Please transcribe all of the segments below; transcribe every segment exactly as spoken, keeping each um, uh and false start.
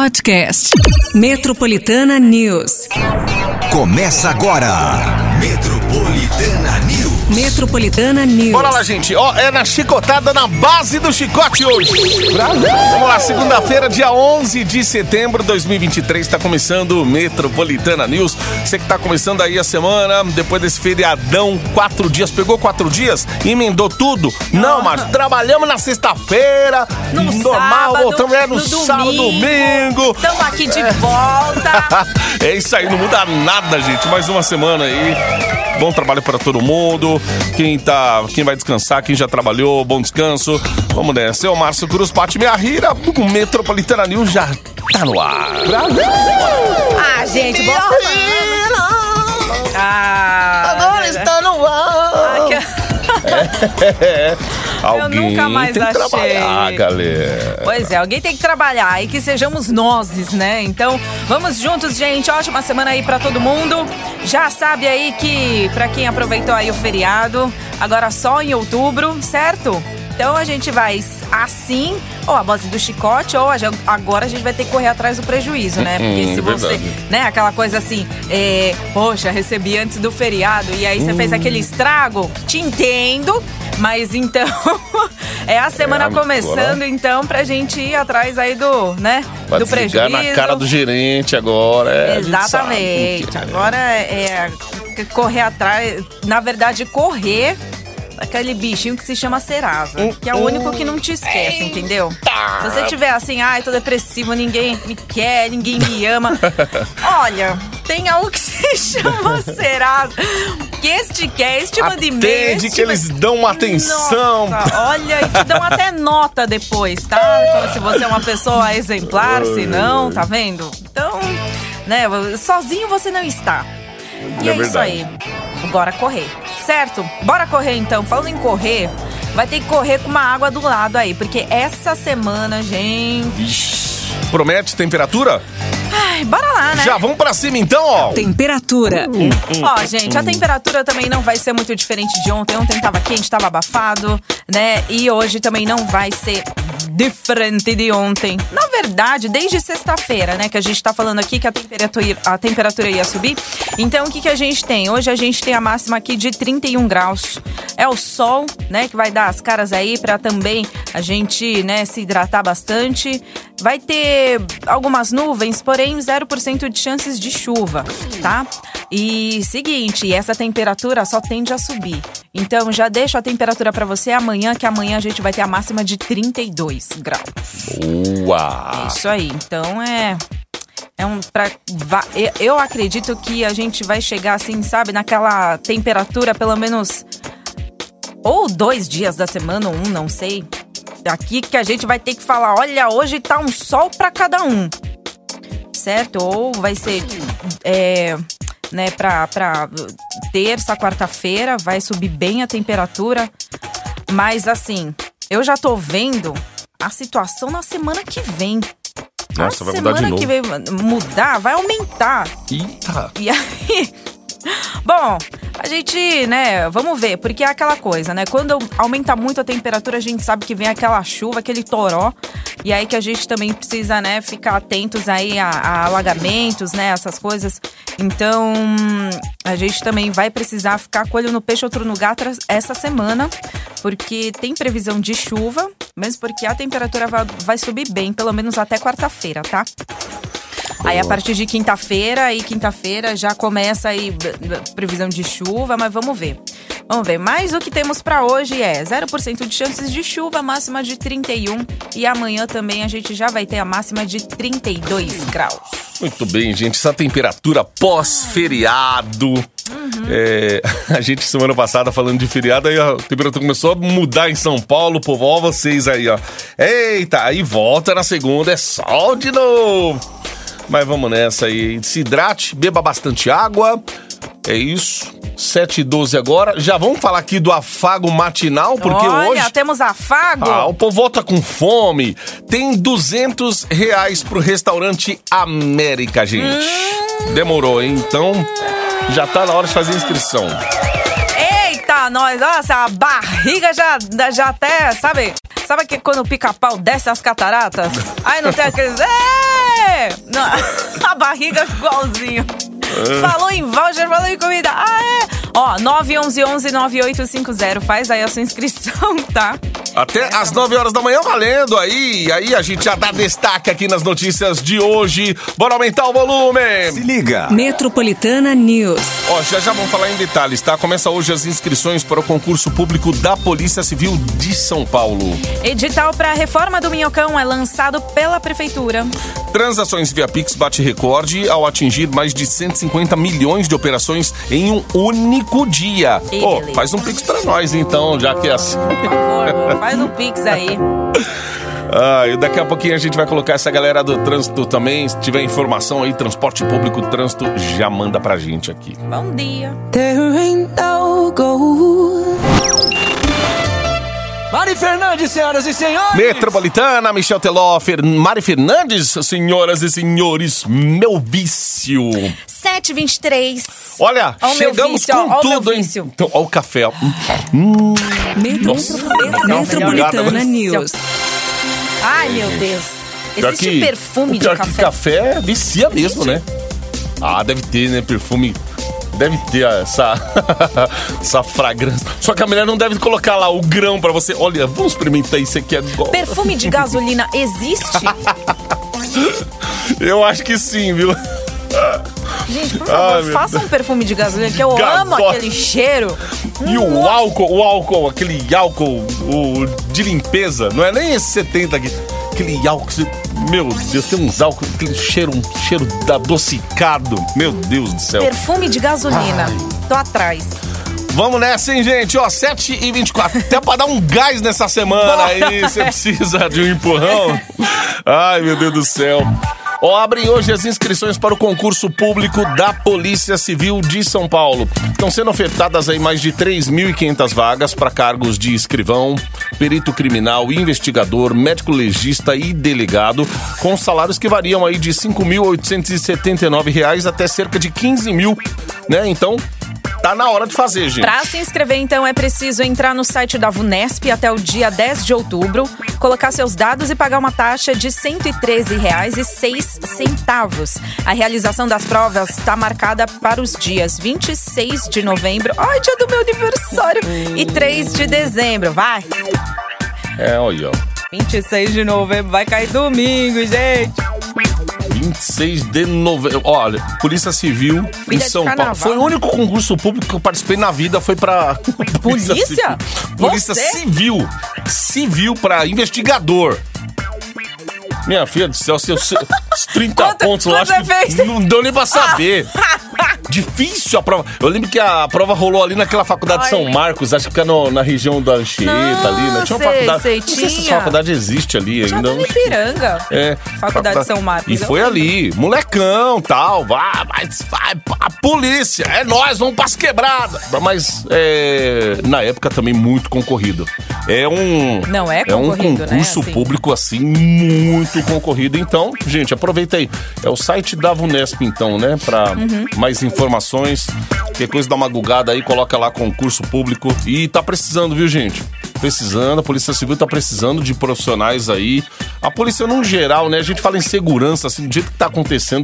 podcast. Metropolitana News. Começa agora. Metropolitana News. Metropolitana News. Bora lá, gente. Ó, é na chicotada, na base do chicote hoje. Vamos lá, segunda-feira, dia onze de setembro de dois mil e vinte e três. Tá começando o Metropolitana News. Você que tá começando aí a semana, depois desse feriadão, quatro dias. Pegou quatro dias? Emendou tudo? Não, mas trabalhamos na sexta-feira. No normal, sábado, voltamos é, no, no sábado, domingo. Estamos aqui de volta. É isso aí, não muda nada, gente. Mais uma semana aí. Bom trabalho para todo mundo. Quem tá, quem vai descansar, quem já trabalhou, bom descanso. Vamos nessa. Eu, Márcio Cruz, Pati Meia Rira, o Metropolitana News já tá no ar. Brasil! Ah, gente, boa semana. Ah, agora está no ar. Ah, que... é. Alguém Eu nunca mais tem que achei. trabalhar, galera. Pois é, alguém tem que trabalhar e que sejamos nós, né? Então, vamos juntos, gente. Ótima semana aí pra todo mundo. Já sabe aí que pra quem aproveitou aí o feriado, agora só em outubro, certo? Então a gente vai assim, ou a base do chicote, ou a gente, agora a gente vai ter que correr atrás do prejuízo, né? Porque hum, se você, verdade. né, aquela coisa assim, é, poxa, recebi antes do feriado e aí você hum. fez aquele estrago, te entendo, mas então é a semana é, começando, agora... então, pra gente ir atrás aí do, né, vai do prejuízo. na cara do gerente agora. É, exatamente, agora é, é correr atrás, na verdade, correr aquele bichinho que se chama Serasa, que é o único que não te esquece, entendeu? Se você tiver assim, ai, tô depressivo, ninguém me quer, ninguém me ama. Olha, tem algo que se chama Serasa, que este quer, este manda e-mail. Atende que eles dão uma atenção. Nossa, olha, e te dão até nota depois, tá? Como se você é uma pessoa exemplar, se não, tá vendo? Então, né, sozinho você não está. E é, é isso aí. Bora correr, certo? Bora correr então. Falando em correr, vai ter que correr com uma água do lado aí, porque essa semana, gente... Promete temperatura? Ai, bora lá, né? Já vamos pra cima então, ó. Temperatura. Hum, hum, ó, gente, a temperatura também não vai ser muito diferente de ontem. Ontem tava quente, tava abafado, né? E hoje também não vai ser diferente de ontem. Na verdade, desde sexta-feira, né? Que a gente tá falando aqui que a temperatura, a temperatura ia subir. Então, o que que a gente tem? Hoje a gente tem a máxima aqui de trinta e um graus. É o sol, né? Que vai dar as caras aí pra também a gente, né? Se hidratar bastante. Vai ter algumas nuvens, porém zero por cento de chances de chuva, tá? E seguinte, essa temperatura só tende a subir. Então já deixo a temperatura pra você amanhã, que amanhã a gente vai ter a máxima de trinta e dois graus. Uau! Isso aí, então é... É um pra, eu acredito que a gente vai chegar assim, sabe, naquela temperatura pelo menos ou dois dias da semana, ou um, não sei. Daqui que a gente vai ter que falar, olha, hoje tá um sol pra cada um. Certo? Ou vai ser, é, né, pra, pra terça, quarta-feira, vai subir bem a temperatura. Mas assim, eu já tô vendo a situação na semana que vem. Nossa, a vai mudar de novo. semana que vem mudar, vai aumentar. Eita! E aí... Bom, a gente, né, vamos ver, porque é aquela coisa, né, quando aumenta muito a temperatura, a gente sabe que vem aquela chuva, aquele toró, e aí que a gente também precisa, né, ficar atentos aí a, a alagamentos, né, essas coisas. Então, a gente também vai precisar ficar com o olho no peixe, outro no gato essa semana, porque tem previsão de chuva, mesmo porque a temperatura vai, vai subir bem, pelo menos até quarta-feira, tá? Aí a partir de quinta-feira, aí quinta-feira já começa aí previsão de chuva, mas vamos ver. Vamos ver, mas o que temos pra hoje é zero por cento de chances de chuva, máxima de trinta e um, e amanhã também a gente já vai ter a máxima de trinta e dois graus. Muito bem, gente, essa temperatura pós-feriado. Uhum. É, a gente semana passada falando de feriado, aí a temperatura começou a mudar em São Paulo, povo, ó, vocês aí, ó. Eita, aí volta na segunda, é sol de novo. Mas vamos nessa aí, se hidrate, beba bastante água, é isso, sete e doze agora. Já vamos falar aqui do afago matinal, porque Olha, hoje... Olha, temos afago. Ah, o povo volta com fome. Tem duzentos reais pro restaurante América, gente. Hum... Demorou, hein? Então, já tá na hora de fazer a inscrição. Eita, nós, nossa, a barriga já, já até, sabe... Sabe que quando o pica-pau desce as cataratas? Aí não tem aqueles... É! barriga igualzinho. Falou em voucher, falou em comida. Ah, é? Ó, nove um um um, nove oito cinco zero. Faz aí a sua inscrição, tá? Até às nove horas da manhã valendo aí. E aí a gente já dá destaque aqui nas notícias de hoje. Bora aumentar o volume. Se liga. Metropolitana News. Ó, já já vamos falar em detalhes, tá? Começa hoje as inscrições para o concurso público da Polícia Civil de São Paulo. Edital para a reforma do Minhocão é lançado pela Prefeitura. Transações via Pix bate recorde ao atingir mais de cento e cinquenta milhões de operações em um único dia. Ei, Ô, beleza. faz um Pix pra nós então, já que é assim. Por favor, faz um Pix aí. Ah, e daqui a pouquinho a gente vai colocar essa galera do trânsito também. Se tiver informação aí, transporte público, trânsito, já manda pra gente aqui. Bom dia. Mari Fernandes, senhoras e senhores! Metropolitana, Michel Teló, Fer... Mari Fernandes, senhoras e senhores, meu vício. sete e vinte e três. Olha, Ó o meu chegamos vício, com ó, ó o meu tudo, hein? vício. Então, ó o café, ó. Hum, Metro... Nossa. Metropolitana Obrigado. News. Ai, meu Deus. pior Existe que- perfume o pior de que café? café vicia mesmo, né? Ah, deve ter, né? Perfume. Deve ter essa, essa fragrância. Só que a mulher não deve colocar lá o grão pra você. Olha, vamos experimentar isso aqui agora. Perfume de gasolina existe? Eu acho que sim, viu? Gente, por Ai, favor, meu faça um perfume de gasolina, que eu amo Gasóleo. aquele cheiro. E o álcool, o álcool, aquele álcool o, de limpeza, não é nem esse setenta aqui. Aquele álcool, que você- meu Deus, tem uns álcool, aquele cheiro, um cheiro adocicado. Meu Deus do céu. Perfume de gasolina. Tô atrás. Vamos nessa, hein, gente? Ó, sete e vinte e quatro. Até pra dar um gás nessa semana aí, você precisa de um empurrão. Ai, meu Deus do céu. Ó, abrem hoje as inscrições para o concurso público da Polícia Civil de São Paulo. Estão sendo ofertadas aí mais de três mil e quinhentas vagas para cargos de escrivão, perito criminal, investigador, médico legista e delegado, com salários que variam aí de cinco mil oitocentos e setenta e nove reais até cerca de quinze mil, né? Então, tá na hora de fazer, gente. Para se inscrever, então, é preciso entrar no site da VUNESP até o dia dez de outubro, colocar seus dados e pagar uma taxa de cento e treze reais e seis centavos. A realização das provas está marcada para os dias vinte e seis de novembro, ai, dia do meu aniversário, e três de dezembro. Vai! É, olha, ó. vinte e seis de novembro, vai cair domingo, gente. vinte e seis de novembro. Olha, Polícia Civil Filha em de São Paulo. carnaval. Foi o único concurso público que eu participei na vida, foi pra Polícia? Civil. Polícia Você? Civil. Civil pra investigador. Minha filha do céu, seus seus trinta Quanto- pontos lá, quanto acho você que fez? não deu nem pra saber. Difícil a prova. Eu lembro que a prova rolou ali naquela faculdade de Ai. São Marcos, acho que fica no- na região da Anchieta ali, né? Tinha uma sei, faculdade. sei, não sei se essa tinha. faculdade existe ali Já ainda. tá no Ipiranga. É. Faculdade de São Marcos. E eu foi lembro. ali, molecão, tal, vai, mas vai, a polícia, é nós, vamos pras quebradas. Mas é, na época também muito concorrido. É um Não é é um concorrido, né, concurso assim. público assim muito concorrido. Então, gente, aproveita aí. É o site da VUNESP então, né, pra Uhum. mais informações. Qualquer coisa dá uma gugada aí, coloca lá concurso público e tá precisando, viu, gente? Precisando, a Polícia Civil tá precisando de profissionais aí. A polícia no geral, né? A gente fala em segurança, assim, do jeito que tá acontecendo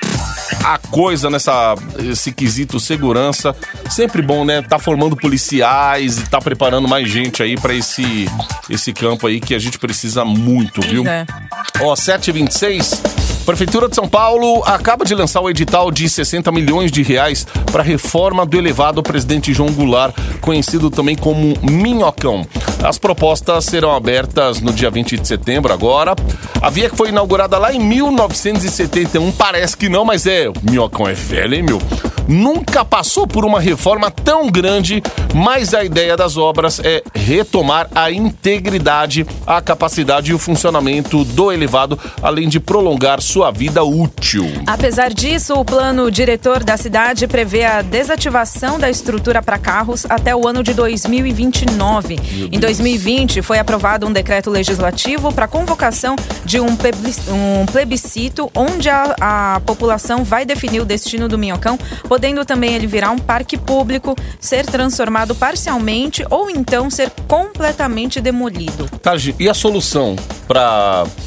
a coisa nessa esse quesito segurança. Sempre bom, né? Tá formando policiais e tá preparando mais gente aí pra esse esse campo aí que a gente precisa muito, viu? Pois é. Ó, sete e vinte e seis. Prefeitura de São Paulo acaba de lançar o edital de sessenta milhões de reais para reforma do elevado Presidente João Goulart, conhecido também como Minhocão. As propostas serão abertas no dia vinte de setembro agora. A via que foi inaugurada lá em mil novecentos e setenta e um, parece que não, mas é, o Minhocão é velho, hein, meu? Nunca passou por uma reforma tão grande, mas a ideia das obras é retomar a integridade, a capacidade e o funcionamento do elevado, além de prolongar sua vida útil. Apesar disso, o plano diretor da cidade prevê a desativação da estrutura para carros até o ano de dois mil e vinte e nove. Em dois mil e vinte, foi aprovado um decreto legislativo para convocação de um plebis- um plebiscito, onde a, a população vai definir o destino do Minhocão, podendo também ele virar um parque público, ser transformado parcialmente ou então ser completamente demolido. Tá, Gi, e a solução para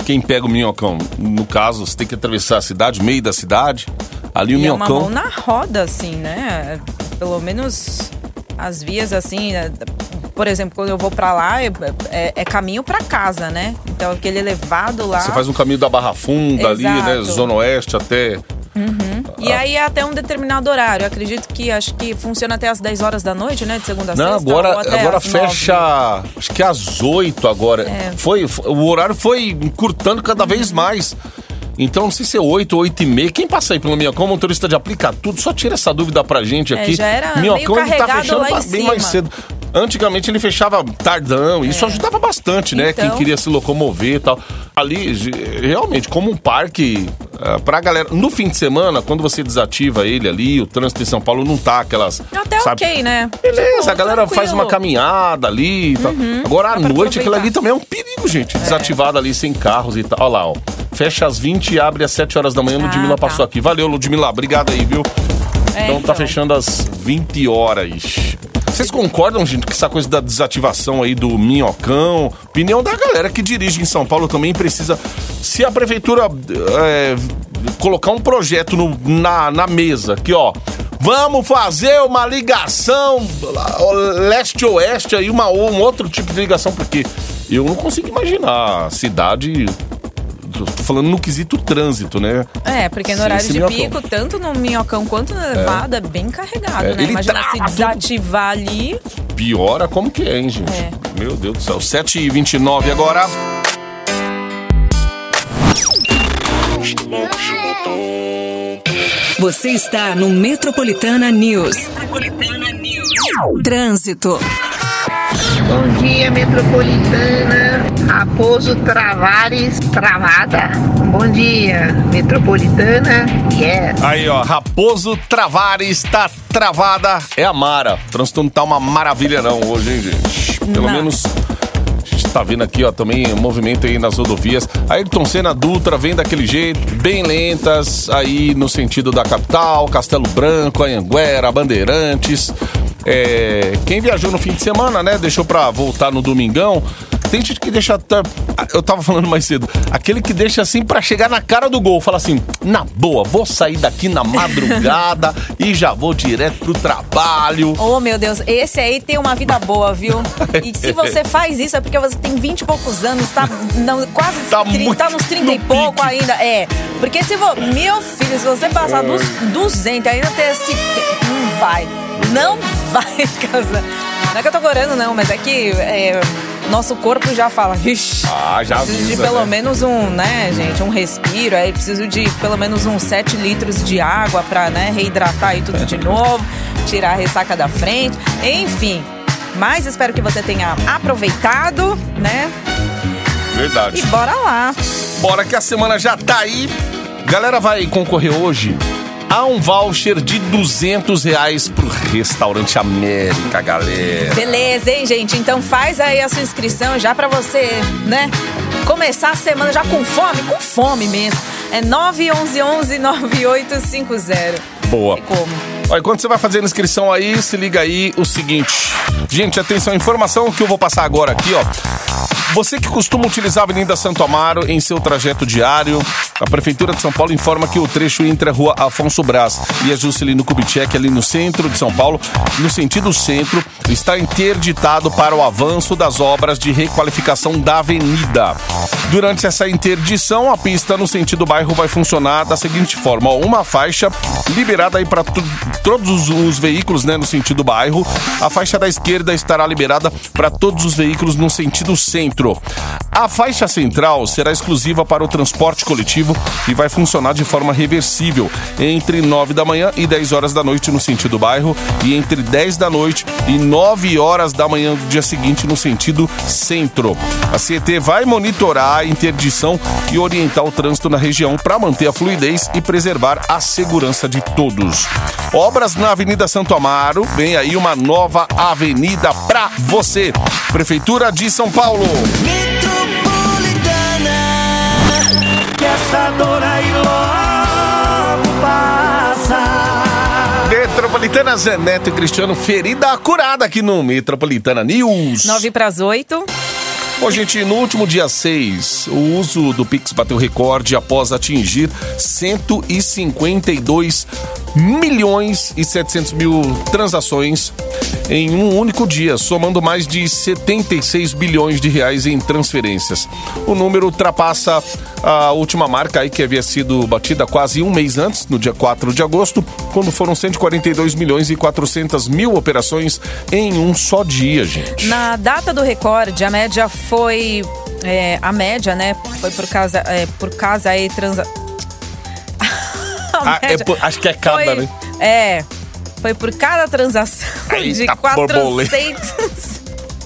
quem pega o Minhocão, no caso, você tem que atravessar a cidade, meio da cidade, ali o e Minhocão... é uma mão na roda, assim, né? Pelo menos as vias, assim... Por exemplo, quando eu vou pra lá, é, é, é caminho pra casa, né? Então, aquele elevado lá... Você faz um caminho da Barra Funda. Exato. Ali, né? Zona Oeste até... Uhum. Ah. E aí é até um determinado horário. Eu acredito que acho que funciona até às dez horas da noite, né? De segunda a Não, sexta. agora, agora fecha, nove. Acho que às oito agora. É. Foi, o horário foi encurtando cada uhum. vez mais. Então, não sei se é oito ou oito e meia. Quem passa aí pelo Minhocão, motorista de aplica tudo, só tira essa dúvida pra gente aqui. É, já era Minhocão, meio ele tá fechando lá em bem cima. mais cedo. Antigamente ele fechava tardão, isso é. ajudava bastante, né? Então... Quem queria se locomover e tal. Ali, realmente, como um parque uh, pra galera. No fim de semana, quando você desativa ele ali, o trânsito em São Paulo não tá aquelas... Até sabe? Ok, né? Beleza, tipo, a galera tranquilo. faz uma caminhada ali e tal. Uhum, Agora, à noite, aquilo ali também é um perigo, gente. É. Desativado ali, sem carros e tal. Olha lá, ó. Fecha às vinte e abre às sete horas da manhã. Ludmilla ah, tá. passou aqui. Valeu, Ludmilla. Obrigado aí, viu? É, então, então tá fechando às vinte horas. Vocês concordam, gente, que essa coisa da desativação aí do Minhocão, opinião da galera que dirige em São Paulo também precisa, se a prefeitura é, colocar um projeto no, na, na mesa, que ó, vamos fazer uma ligação leste-oeste aí, uma, um outro tipo de ligação, porque eu não consigo imaginar a cidade... Tô falando no quesito trânsito, né? É, porque no horário de pico, tanto no Minhocão quanto na Levada, é, é bem carregado, é, né? Imagina se desativar tudo. Ali... Piora como que é, hein, gente? É. Meu Deus do céu. sete e vinte e nove agora. Você está no Metropolitana News. Metropolitana News. Trânsito. Bom dia, Metropolitana. Raposo Travares, travada. Bom dia, Metropolitana. Yes. Aí, ó, Raposo Travares tá travada. É a Mara. O trânsito não tá uma maravilha não hoje, hein, gente? Pelo não. menos... A gente tá vendo aqui, ó, também movimento aí nas rodovias. A Ayrton Senna Dutra vem daquele jeito, bem lentas, aí no sentido da capital, Castelo Branco, Anhanguera, Bandeirantes. É, quem viajou no fim de semana, né, deixou pra voltar no domingão. Tem gente que deixa... Eu tava falando mais cedo. Aquele que deixa assim pra chegar na cara do gol. Fala assim, na boa, vou sair daqui na madrugada e já vou direto pro trabalho. Oh, meu Deus, esse aí tem uma vida boa, viu? E se você faz isso é porque você tem vinte e poucos anos, tá não, quase tá, trinta, tá nos trinta e pouco pique. Ainda. É, porque se você... Meu filho, se você passar dos duzentos ainda ter esse... Não vai. Não vai, casa. Não é que eu tô corando, não, mas é que... É, nosso corpo já fala, vixi, ah, já preciso avisa, de pelo né? menos um, né, gente, um respiro, aí preciso de pelo menos uns sete litros de água pra, né, reidratar aí tudo de novo, tirar a ressaca da frente, enfim. Mas espero que você tenha aproveitado, né? Verdade. E bora lá. Bora que a semana já tá aí. Galera vai concorrer hoje a um voucher de duzentos reais pro Restaurante América, galera. Beleza, hein, gente? Então faz aí a sua inscrição já pra você, né? Começar a semana já com fome, com fome mesmo. É nove um um um nove oito cinco zero. Boa. É como? Olha, quando você vai fazer a inscrição aí, se liga aí o seguinte. Gente, atenção, informação que eu vou passar agora aqui, ó. Você que costuma utilizar a Avenida Santo Amaro em seu trajeto diário, a Prefeitura de São Paulo informa que o trecho entre a Rua Afonso Brás e a Juscelino Kubitschek, ali no centro de São Paulo, no sentido centro, está interditado para o avanço das obras de requalificação da avenida. Durante essa interdição, a pista no sentido bairro vai funcionar da seguinte forma, ó, uma faixa liberada aí para todos os veículos, né, no sentido bairro. A faixa da esquerda estará liberada para todos os veículos no sentido centro. A faixa central será exclusiva para o transporte coletivo e vai funcionar de forma reversível entre nove da manhã e dez horas da noite no sentido bairro e entre dez da noite e nove horas da manhã do dia seguinte no sentido centro. A C E T vai monitorar a interdição e orientar o trânsito na região para manter a fluidez e preservar a segurança de todos. Obras na Avenida Santo Amaro, vem aí uma nova avenida pra você. Prefeitura de São Paulo. Metropolitana, que essa dor aí logo passa. Metropolitana, Zé Neto e Cristiano, ferida curada aqui no Metropolitana News. Nove para as oito. Bom, gente, no último dia seis, o uso do Pix bateu recorde após atingir cento e cinquenta e dois milhões e setecentos mil transações em um único dia, somando mais de setenta e seis bilhões de reais em transferências. O número ultrapassa a última marca aí que havia sido batida quase um mês antes, no dia quatro de agosto, quando foram cento e quarenta e dois milhões e quatrocentas mil operações em um só dia, gente. Na data do recorde, a média foi... É, a média, né, foi por causa, é, por causa aí transa... Ah, é por, acho que é cada, foi, né? É, foi por cada transação. Eita, de quatrocentos...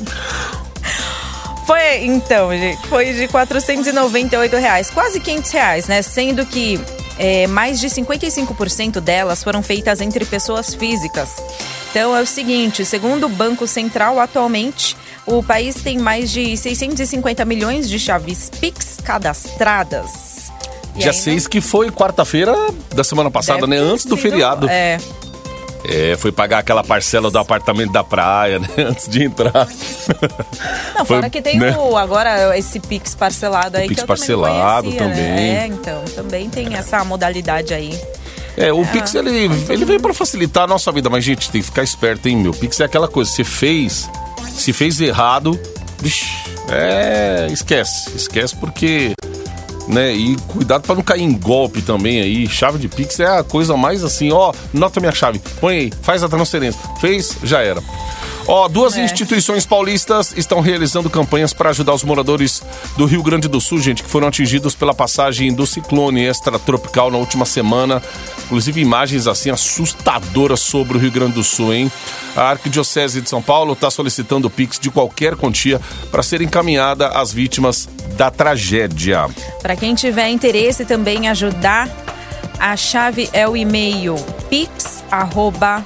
Foi, então, gente, foi de quatrocentos e noventa e oito reais, quase quinhentos reais, né? Sendo que é, mais de cinquenta e cinco por cento delas foram feitas entre pessoas físicas. Então é o seguinte, segundo o Banco Central, atualmente o país tem mais de seiscentos e cinquenta milhões de chaves Pix cadastradas. Dia seis, que foi quarta-feira da semana passada, né? Antes do feriado. É. É, foi pagar aquela parcela do apartamento da praia, né? Antes de entrar. Não, foi, fora que tem né? o, agora esse Pix parcelado aí. O Pix que eu parcelado também, também. Né? É, então, também tem essa modalidade aí. É, o é, Pix, ele, ele veio pra facilitar a nossa vida, mas, gente, tem que ficar esperto, hein, meu? Pix é aquela coisa, você fez, se fez errado, vixi, é, esquece, esquece porque... Né? E cuidado pra não cair em golpe também aí. Chave de Pix é a coisa mais assim, ó, nota minha chave, põe aí, faz a transferência. Fez, já era. Ó, duas é. instituições paulistas estão realizando campanhas para ajudar os moradores do Rio Grande do Sul, gente, que foram atingidos pela passagem do ciclone extratropical na última semana. Inclusive imagens assim assustadoras sobre o Rio Grande do Sul, hein? A Arquidiocese de São Paulo está solicitando o Pix de qualquer quantia para ser encaminhada às vítimas da tragédia. Para quem tiver interesse também em ajudar, a chave é o e-mail pix arroba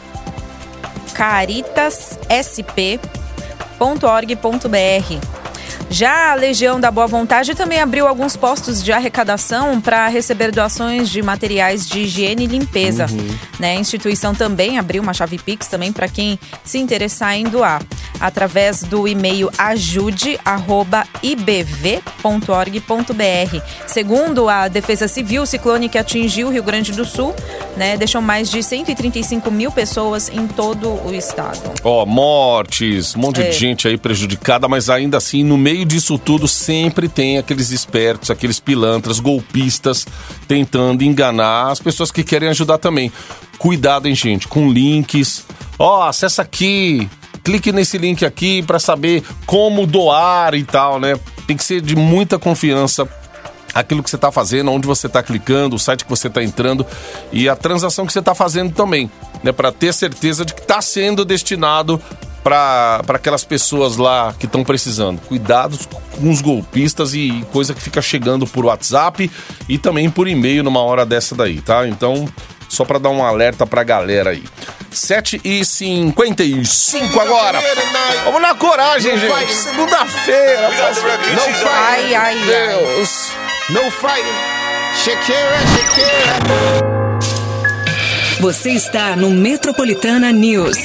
caritas s p ponto org ponto b r. Já a Legião da Boa Vontade também abriu alguns postos de arrecadação para receber doações de materiais de higiene e limpeza. Uhum. Né? A instituição também abriu uma chave Pix também para quem se interessar em doar, através do e-mail ajude arroba i b v ponto org ponto b r. Segundo a Defesa Civil, o ciclone que atingiu o Rio Grande do Sul, né, deixou mais de cento e trinta e cinco mil pessoas em todo o estado. Ó, oh, mortes, um monte é. de gente aí prejudicada, mas ainda assim, no meio disso tudo, sempre tem aqueles espertos, aqueles pilantras, golpistas, tentando enganar as pessoas que querem ajudar também. Cuidado, hein, gente, com links. Ó, oh, acessa aqui, clique nesse link aqui para saber como doar e tal, né? Tem que ser de muita confiança aquilo que você está fazendo, onde você está clicando, o site que você está entrando e a transação que você está fazendo também, né? Para ter certeza de que está sendo destinado para aquelas pessoas lá que estão precisando. Cuidado com os golpistas e coisa que fica chegando por WhatsApp e também por e-mail numa hora dessa daí, tá? Então, só para dar um alerta pra galera aí. sete e cinquenta e cinco agora. Vamos na coragem, gente. Segunda-feira. Ai, ai, Deus. No fighting. Shakira, Shakira. Você está no Metropolitana News.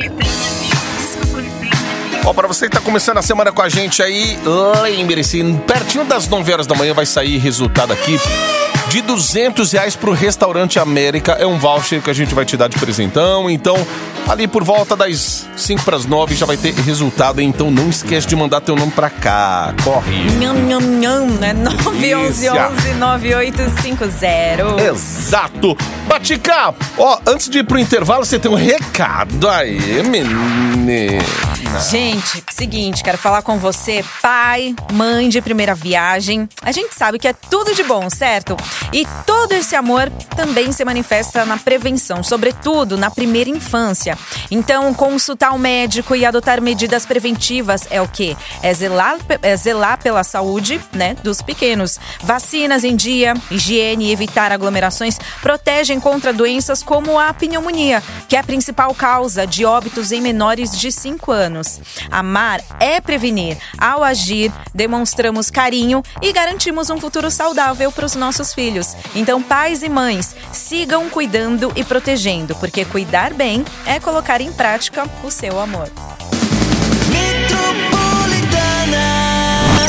Ó, pra você que tá começando a semana com a gente aí, lembre-se, pertinho das nove horas da manhã vai sair resultado aqui de duzentos reais pro Restaurante América. É um voucher que a gente vai te dar de presentão. Então, ali por volta das cinco para as nove já vai ter resultado. Então, não esquece de mandar teu nome pra cá. Corre. Nham, nham, nham, né? nove um um, um nove oito cinco zero. Exato. Batica, ó, antes de ir pro intervalo, você tem um recado aí, menina. Gente, seguinte, quero falar com você, pai, mãe de primeira viagem. A gente sabe que é tudo de bom, certo? E todo esse amor também se manifesta na prevenção, sobretudo na primeira infância. Então, consultar o médico e adotar medidas preventivas é o quê? É zelar, é zelar pela saúde, né, dos pequenos. Vacinas em dia, higiene e evitar aglomerações protegem contra doenças como a pneumonia, que é a principal causa de óbitos em menores de cinco anos. Amar é prevenir. Ao agir, demonstramos carinho e garantimos um futuro saudável para os nossos filhos. Então, pais e mães, sigam cuidando e protegendo, porque cuidar bem é colocar em prática o seu amor. Metropolitana.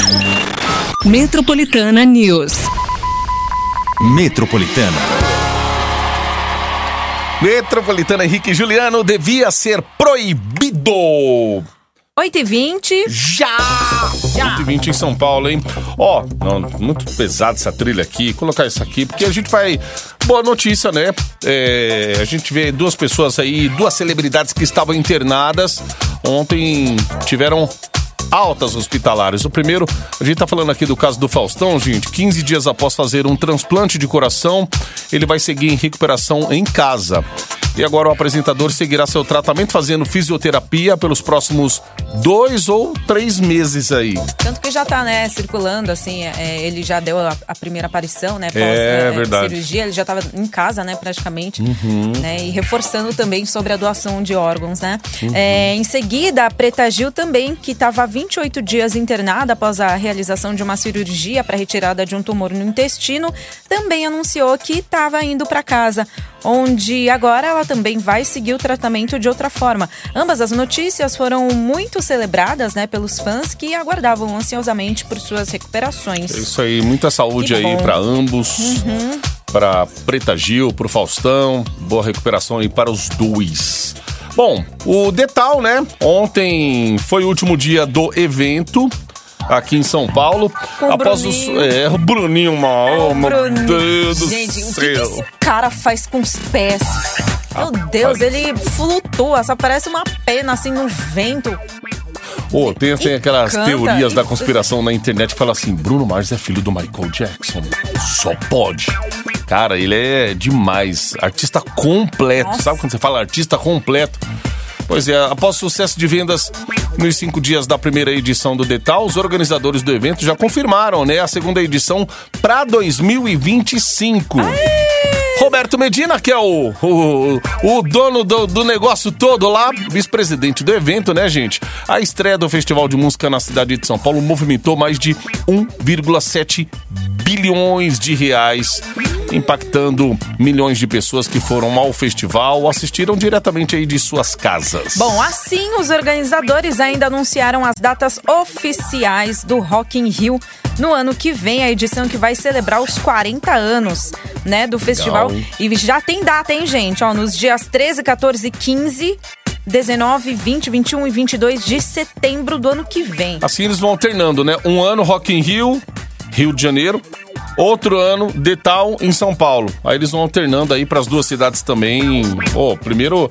Metropolitana News. Metropolitana. Metropolitana Henrique e Juliano devia ser proibido. oito e vinte. Já! Já! oito e vinte em São Paulo, hein? Ó, não, muito pesado essa trilha aqui. Vou colocar isso aqui, porque a gente vai... Boa notícia, né? É, a gente vê duas pessoas aí, duas celebridades que estavam internadas. Ontem tiveram altas hospitalares. O primeiro, a gente tá falando aqui do caso do Faustão, gente. quinze dias após fazer um transplante de coração, ele vai seguir em recuperação em casa. E agora o apresentador seguirá seu tratamento fazendo fisioterapia pelos próximos dois ou três meses aí. Tanto que já tá, né, circulando, assim, é, ele já deu a, a primeira aparição, né, pós é, é, verdade. cirurgia, ele já tava em casa, né, praticamente, uhum. né, e reforçando também sobre a doação de órgãos, né. Uhum. É, em seguida, a Preta Gil também, que estava há vinte e oito dias internada após a realização de uma cirurgia para retirada de um tumor no intestino, também anunciou que estava indo para casa, onde agora ela também vai seguir o tratamento de outra forma. Ambas as notícias foram muito celebradas, né, pelos fãs que aguardavam ansiosamente por suas recuperações. É isso aí, muita saúde que aí para ambos, uhum. para Preta Gil, pro Faustão, boa recuperação aí para os dois. Bom, o Detal, né, ontem foi o último dia do evento aqui em São Paulo. Com após o os é, o Bruninho mal, oh, meu Bruninho. Deus do Gente, céu. o que, que esse cara faz com os pés? Meu Deus, ele flutua, só parece uma pena assim no vento. Oh, tem, tem aquelas canta, teorias e... da conspiração na internet que falam assim: Bruno Mars é filho do Michael Jackson. Só pode. Cara, ele é demais. Artista completo. Nossa. Sabe quando você fala artista completo? Pois é, após sucesso de vendas nos cinco dias da primeira edição do Detal, os organizadores do evento já confirmaram, né, a segunda edição para dois mil e vinte e cinco. Aê! Roberto Medina, que é o, o, o dono do, do negócio todo lá, vice-presidente do evento, né, gente? A estreia do Festival de Música na cidade de São Paulo movimentou mais de um vírgula sete bilhões de reais, impactando milhões de pessoas que foram ao festival ou assistiram diretamente aí de suas casas. Bom, assim, os organizadores ainda anunciaram as datas oficiais do Rock in Rio no ano que vem, a edição que vai celebrar os quarenta anos, né, do festival. Legal. E já tem data, hein, gente? Ó, nos dias treze, quatorze, quinze... dezenove, vinte, vinte e um e vinte e dois de setembro do ano que vem. Assim eles vão alternando, né? Um ano Rock in Rio, Rio de Janeiro. Outro ano, Detal em São Paulo. Aí eles vão alternando aí para as duas cidades também. Oh, primeiro,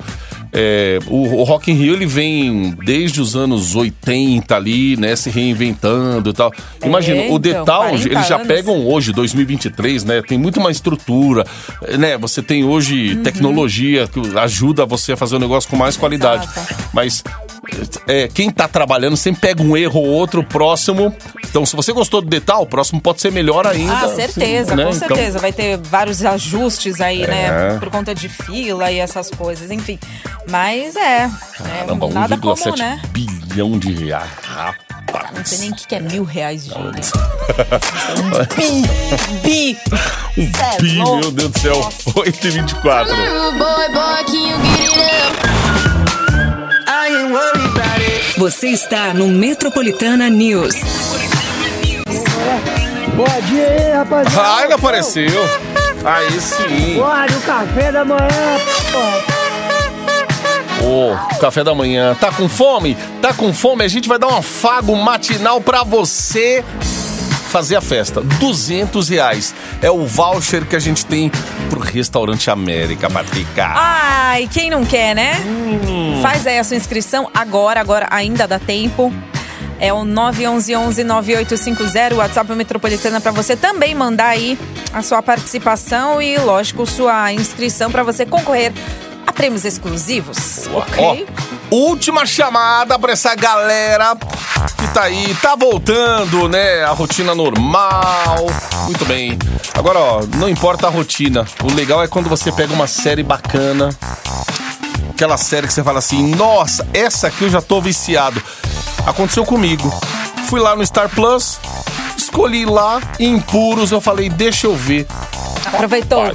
é, o, o Rock in Rio, ele vem desde os anos oitenta ali, né? Se reinventando e tal. Imagina, é, o Detal, então, eles já anos. pegam hoje, dois mil e vinte e três, né? Tem muito mais estrutura, né? Você tem hoje uhum. tecnologia que ajuda você a fazer o negócio com mais qualidade. Exato. Mas... É, quem tá trabalhando sempre pega um erro ou outro próximo. Então, se você gostou do Detal, o próximo pode ser melhor ainda. Ah, certeza, assim, né? com certeza. Então... Vai ter vários ajustes aí, é. né? Por conta de fila e essas coisas, enfim. Mas é. Caramba, é nada um vírgula sete comum, né? bilhão de reais. Rapaz. Não sei nem o que é mil reais, gente. um bi, bi. Um Cê bi, é meu Deus do céu. oito e vinte e quatro. Você está no Metropolitana News. Bom dia aí, rapaziada. Ah, ele apareceu. Aí sim. Bora, o café da manhã, pô. Ô, café da manhã. Tá com fome? Tá com fome? A gente vai dar um afago matinal pra você fazer a festa. duzentos reais. É o voucher que a gente tem pro Restaurante América, Patrica. Ai, quem não quer, né? Hum. Faz aí a sua inscrição agora, agora ainda dá tempo. É o nove um um, um nove oito cinco zero, o WhatsApp Metropolitana, para você também mandar aí a sua participação e, lógico, sua inscrição para você concorrer a prêmios exclusivos, ok? Ó, última chamada pra essa galera que tá aí, tá voltando, né, a rotina normal. Muito bem. Agora, ó, não importa a rotina, o legal é quando você pega uma série bacana, aquela série que você fala assim, nossa, essa aqui eu já tô viciado. Aconteceu comigo. Fui lá no Star Plus, escolhi lá, Impuros, eu falei, deixa eu ver. Aproveitou.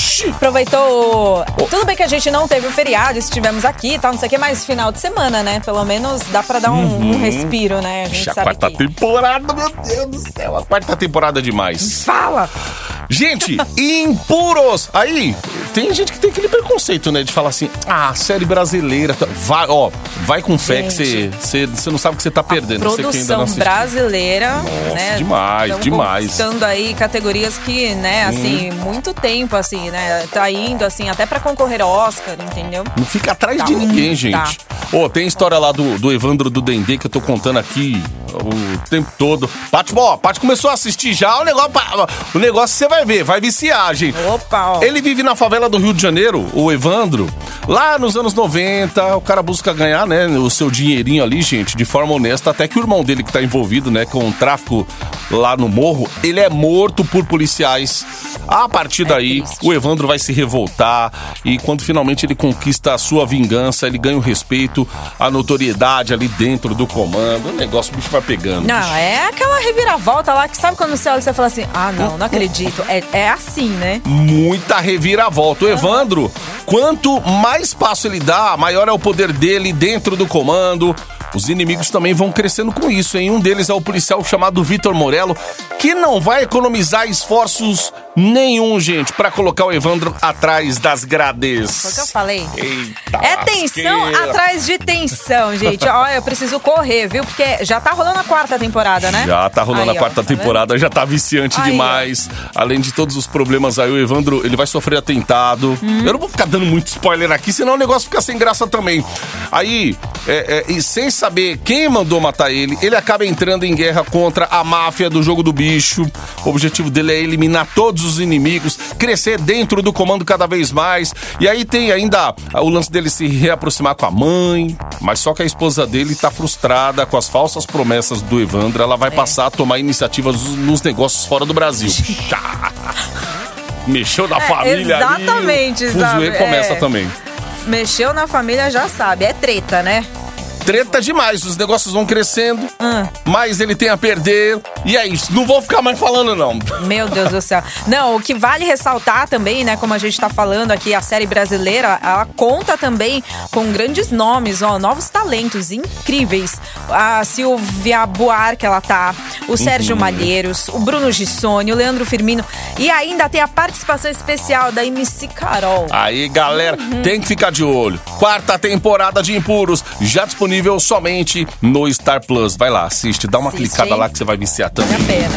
Aproveitou. Tudo bem que a gente não teve o feriado, estivemos aqui e tal, não sei o que, mas final de semana, né? Pelo menos dá pra dar um, uhum. um respiro, né? A gente Ixi, sabe a quarta que... temporada, meu Deus do céu. A quarta temporada é demais. Fala! Gente, impuros! Aí, tem gente que tem aquele preconceito, né? De falar assim, ah, série brasileira. Vai, ó, vai com fé gente, que você não sabe o que você tá perdendo. A produção você que ainda não brasileira, Nossa, né? demais, tão demais. Conquistando aí categorias que, né, assim, hum. muito tempo, assim, né? Tá indo, assim, até pra concorrer ao Oscar, entendeu? Não fica atrás tá, de ninguém, gente. Tá. Ô, tem história lá do, do Evandro do Dendê que eu tô contando aqui o tempo todo. Paty, ó, Paty começou a assistir já, o negócio, o negócio você vai ver, vai viciar, gente. Opa, ó. Ele vive na favela do Rio de Janeiro, o Evandro, lá nos anos noventa, o cara busca ganhar, né, o seu dinheirinho ali, gente, de forma honesta, até que o irmão dele que tá envolvido, né, com o tráfico lá no morro, ele é morto por policiais. A partir daí, é o Evandro vai se revoltar e quando finalmente ele conquista a sua vingança, ele ganha o respeito, a notoriedade ali dentro do comando, o negócio, o bicho vai pegando. Não, bicho. É aquela reviravolta lá que sabe quando você olha e você fala assim, ah, não, não acredito. É, é assim, né? Muita reviravolta. O Evandro, quanto mais passo ele dá, maior é o poder dele dentro do comando. Os inimigos também vão crescendo com isso, hein? Um deles é o policial chamado Vitor Morello, que não vai economizar esforços nenhum, gente, pra colocar o Evandro atrás das grades. Foi o que eu falei. Eita, é tensão lasqueira. Atrás de tensão, gente. Olha, eu preciso correr, viu? Porque já tá rolando a quarta temporada, né? Já tá rolando aí, a quarta ó, tá temporada, vendo? Já tá viciante aí, demais. Ó. Além de todos os problemas aí, o Evandro, ele vai sofrer atentado. Hum. Eu não vou ficar dando muito spoiler aqui, senão o negócio fica sem graça também. Aí, é, é, e sem saber quem mandou matar ele, ele acaba entrando em guerra contra a máfia do jogo do bicho. O objetivo dele é eliminar todos os inimigos, crescer dentro do comando cada vez mais. E aí tem ainda o lance dele se reaproximar com a mãe, mas só que a esposa dele tá frustrada com as falsas promessas do Evandro. Ela vai é. passar a tomar iniciativas nos negócios fora do Brasil. Mexeu na é, família exatamente, ali. Exatamente, sabe? começa é. também. Mexeu na família, já sabe, é treta, né? Treta demais, os negócios vão crescendo, hum. mas ele tem a perder, e é isso, não vou ficar mais falando não. Meu Deus do céu. Não, o que vale ressaltar também, né, como a gente tá falando aqui, a série brasileira, ela conta também com grandes nomes, ó, novos talentos incríveis. A Silvia Buarque, ela tá, o Sérgio uhum. Malheiros, o Bruno Gissoni, o Leandro Firmino, e ainda tem a participação especial da M C Carol. Aí, galera, uhum. tem que ficar de olho. Quarta temporada de Impuros, já disponível somente no Star Plus. Vai lá, assiste, dá uma assiste, clicada hein? lá que você vai viciar também. Vale a pena.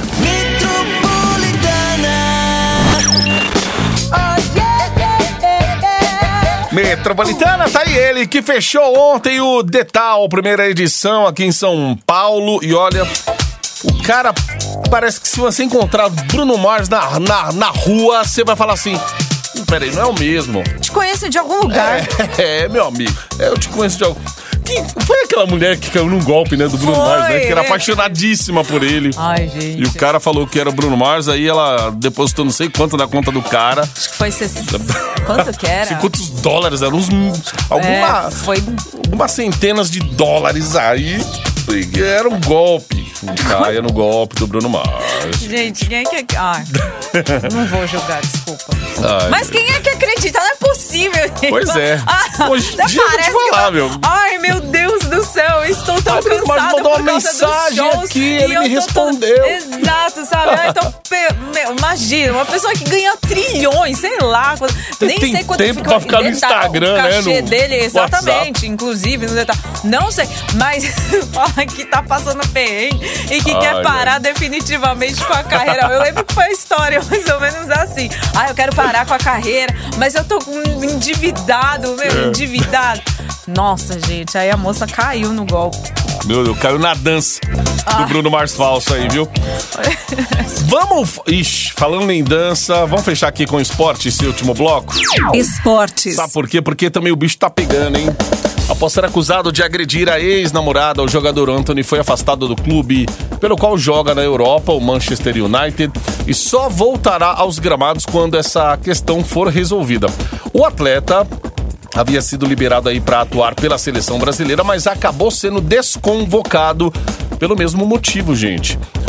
Metropolitana. Metropolitana, tá aí ele que fechou ontem o Detal, primeira edição aqui em São Paulo. E olha, o cara parece que se você encontrar Bruno Mars na, na, na rua, você vai falar assim, peraí, não é o mesmo. Te conheço de algum lugar. É, é meu amigo, eu te conheço de algum... Que foi aquela mulher que caiu num golpe, né, do Bruno foi, Mars, né? Que era é. apaixonadíssima por ele. Ai, gente. E o cara falou que era o Bruno Mars, aí ela depositou não sei quanto na conta do cara. Acho que foi... sessenta Quanto que era? Sei quantos dólares, eram uns... Alguma, é, foi... Algumas centenas de dólares aí. Era um golpe. Caia no golpe do Bruno Mars. Gente, quem é que... Ai, não vou julgar, desculpa. Ai, mas quem é que acredita? Não é possível, gente. Pois é. Ah, hoje em dia eu vou te falar, meu. Ai, meu Deus do céu, eu estou tão Bruno cansada Mars mandou por uma causa mensagem dos shows. aqui, ele me respondeu. Tão... Exato, sabe? Então, meu, imagina, uma pessoa que ganha trilhões, sei lá. Tem, nem tem sei quanto tempo pra ficar no Instagram, o né? cachê No dele, exatamente, WhatsApp. inclusive, no detalhe. Não sei, mas fala que tá passando perrengue e que Ai, quer parar meu. definitivamente com a carreira. Eu lembro que foi a história mais ou menos assim. Ah, eu quero parar com a carreira, mas eu tô endividado, meu, é. endividado. Nossa, gente, aí a moça caiu no golpe. Meu Deus, caiu na dança ah. do Bruno Mars falso aí, viu? Vamos... Ixi, falando em dança, vamos fechar aqui com esporte esse último bloco? Esportes. Sabe por quê? Porque também o bicho tá pegando, hein? Após ser acusado de agredir a ex-namorada, o jogador Anthony foi afastado do clube pelo qual joga na Europa, o Manchester United, e só voltará aos gramados quando essa questão for resolvida. O atleta havia sido liberado aí para atuar pela seleção brasileira, mas acabou sendo desconvocado pelo mesmo motivo, gente.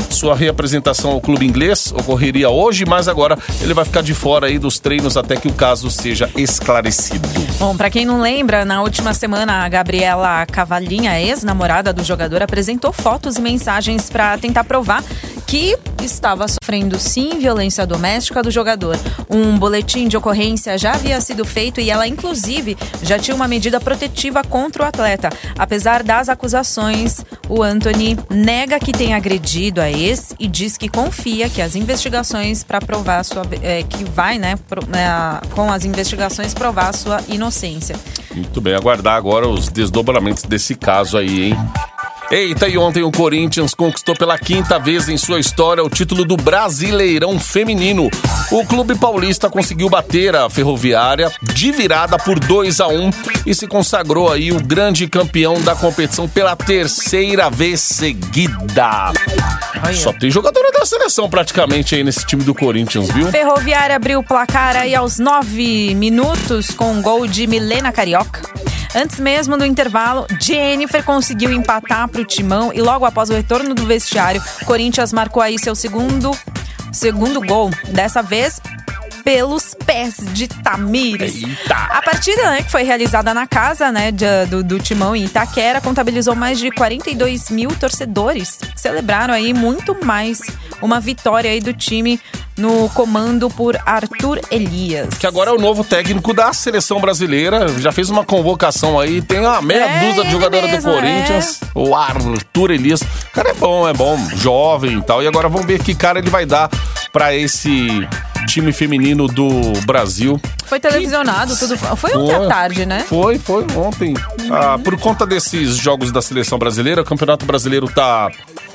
Sua reapresentação ao clube inglês ocorreria hoje, mas agora ele vai ficar de fora aí dos treinos até que o caso seja esclarecido. Bom, pra quem não lembra, na última semana a Gabriela Cavalinha, ex-namorada do jogador, apresentou fotos e mensagens pra tentar provar que estava sofrendo sim violência doméstica do jogador. Um boletim de ocorrência já havia sido feito e ela inclusive já tinha uma medida protetiva contra o atleta. Apesar das acusações, o Anthony nega que tenha agredido a ex e diz que confia que as investigações para provar sua é, que vai, né, pro, né, com as investigações provar sua inocência. Muito bem, aguardar agora os desdobramentos desse caso aí, hein? Eita, e ontem o Corinthians conquistou pela quinta vez em sua história o título do Brasileirão Feminino. O clube paulista conseguiu bater a Ferroviária de virada por dois a um e se consagrou aí o grande campeão da competição pela terceira vez seguida. Olha. Só tem jogadora da seleção praticamente aí nesse time do Corinthians, viu? Ferroviária abriu o placar aí aos nove minutos com um gol de Milena Carioca. Antes mesmo do intervalo, Jennifer conseguiu empatar para o Timão e logo após o retorno do vestiário, Corinthians marcou aí seu segundo, segundo gol. Dessa vez, pelos pés de Tamires. Eita. A partida, né, que foi realizada na casa, né, de, do, do Timão em Itaquera, contabilizou mais de quarenta e dois mil torcedores. Celebraram aí muito mais uma vitória aí do time no comando por Arthur Elias. Que agora é o novo técnico da seleção brasileira. Já fez uma convocação aí. Tem uma meia é, dúzia de jogadores do Corinthians. É. O Arthur Elias. O cara é bom, é bom. Jovem e tal. E agora vamos ver que cara ele vai dar pra esse time feminino do Brasil. Foi televisionado, que... tudo. Foi ontem à tarde, né? Foi, foi ontem. Uhum. Ah, por conta desses jogos da seleção brasileira, o Campeonato Brasileiro tá,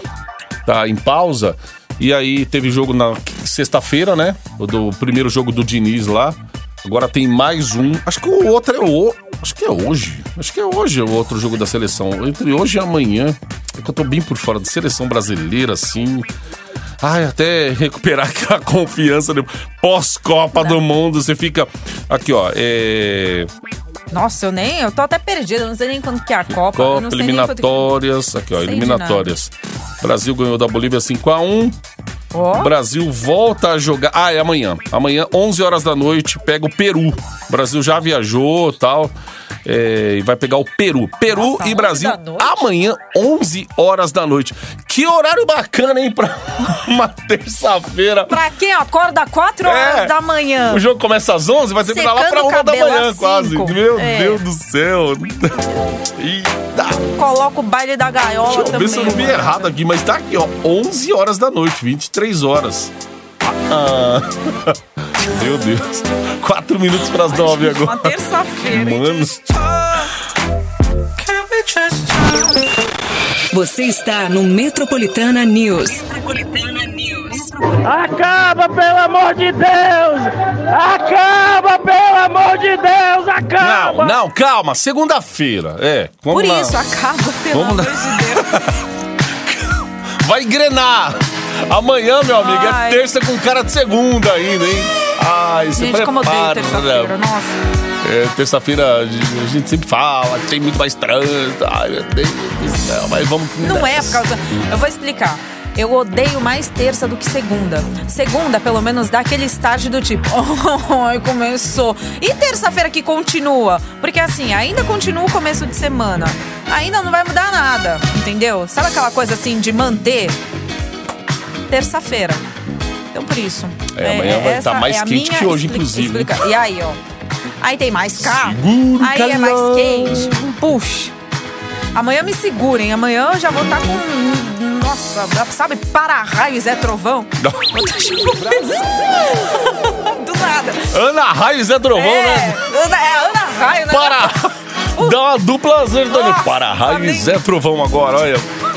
tá em pausa. E aí teve jogo na sexta-feira, né? Do primeiro jogo do Diniz lá. Agora tem mais um. Acho que o outro é o... Acho que é hoje. Acho que é hoje o outro jogo da seleção. Entre hoje e amanhã. É que eu tô bem por fora da seleção brasileira, assim. Ai, até recuperar aquela confiança de pós-Copa do Mundo. Você fica... Aqui, ó. É... Nossa, eu nem... Eu tô até perdida. Eu não sei nem quando que é a Copa. Copa, eu não sei eliminatórias. Nem aqui, ó. Eliminatórias. Brasil ganhou da Bolívia cinco a um. Oh. Brasil volta a jogar... Ah, é amanhã. Amanhã, onze horas da noite, pega o Peru. O Brasil já viajou e tal. É, e vai pegar o Peru. Peru Nossa, e Brasil amanhã, onze horas da noite. Que horário bacana, hein? Pra uma terça-feira. Pra quem acorda quatro horas é, da manhã. O jogo começa às onze, vai terminar lá pra uma da manhã, quase. Meu é. Deus do céu. Eita. Coloca o baile da gaiola Deixa eu também. ver se eu não vi errado aqui, mas tá aqui, ó. onze horas da noite, vinte e três horas. Ah... Meu Deus. Quatro minutos para as nove agora. Uma terça-feira. Mano. Você está no Metropolitana News. Metropolitana News. Acaba, pelo amor de Deus! Acaba, pelo amor de Deus! Acaba! Não, não, calma. Segunda-feira. É. Por lá. isso, acaba, pelo vamos amor lá. de Deus. Vai engrenar. Amanhã, meu amigo, Ai. é terça com cara de segunda ainda, hein? Ai, você gente, como odeio terça-feira, nossa. É, terça-feira a gente sempre fala que tem muito mais trânsito. Ai, meu Deus do céu, mas vamos... Não é por causa... Eu vou explicar. Eu odeio mais terça do que segunda. Segunda, pelo menos, dá aquele start do tipo... Ai, começou. E terça-feira que continua? Porque assim, ainda continua o começo de semana. Ainda não vai mudar nada, entendeu? Sabe aquela coisa assim de manter... Terça-feira. Então, por isso. É, amanhã é, vai estar tá mais é quente que hoje, inclusive. Explica. E aí, ó. Aí tem mais carro. Segura aí calor. É mais quente. Puxa. Amanhã me segurem. Amanhã eu já vou estar tá com... Nossa, sabe? Para-raio e Zé Trovão. Não. Do nada. Ana Raio e Zé Trovão, é, né? Ana, é Ana Raio, né? Para... Uh. Dá uma dupla sertaneja. Para-raio e Zé Trovão agora, olha.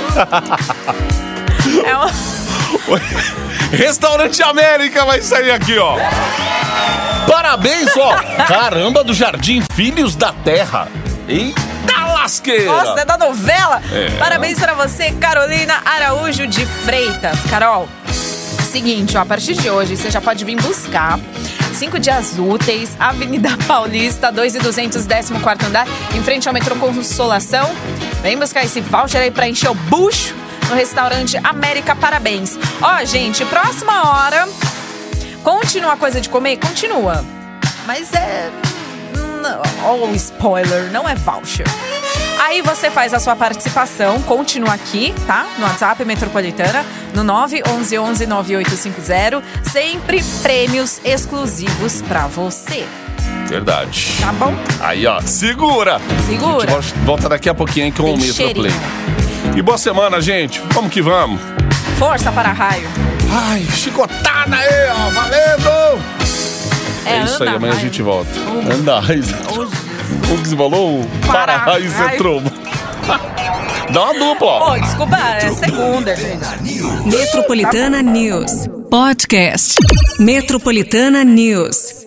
É uma... Restaurante América vai sair aqui, ó. Parabéns, ó. Caramba, do Jardim Filhos da Terra. Eita lasqueira. Nossa, é da novela. É. Parabéns pra você, Carolina Araújo de Freitas. Carol, seguinte, ó, a partir de hoje você já pode vir buscar cinco dias úteis, Avenida Paulista, dois mil e duzentos, décimo quarto andar, em frente ao metrô Consolação. Vem buscar esse voucher aí pra encher o bucho no restaurante América Parabéns. Ó, gente, próxima hora, continua a coisa de comer? Continua. Mas é... Ó, oh, spoiler, não é voucher. Aí você faz a sua participação, continua aqui, tá? No WhatsApp Metropolitana, no nove um um um nove oito cinco zero. Sempre prêmios exclusivos pra você. Verdade. Tá bom? Aí, ó, segura! Segura. A gente volta daqui a pouquinho hein, com Tem o Metroplay. cheirinho. E boa semana, gente. Vamos que vamos. Força para raio. Ai, chicotada aí, ó. Valendo! É, É isso aí, anda, amanhã a raio. gente volta. Anda, raiz é trombo. Como que você falou? Para, raiz é raio. trombo. Dá uma dupla, ó. Pô, desculpa, é segunda, gente. Metropolitana News. Podcast. Metropolitana News.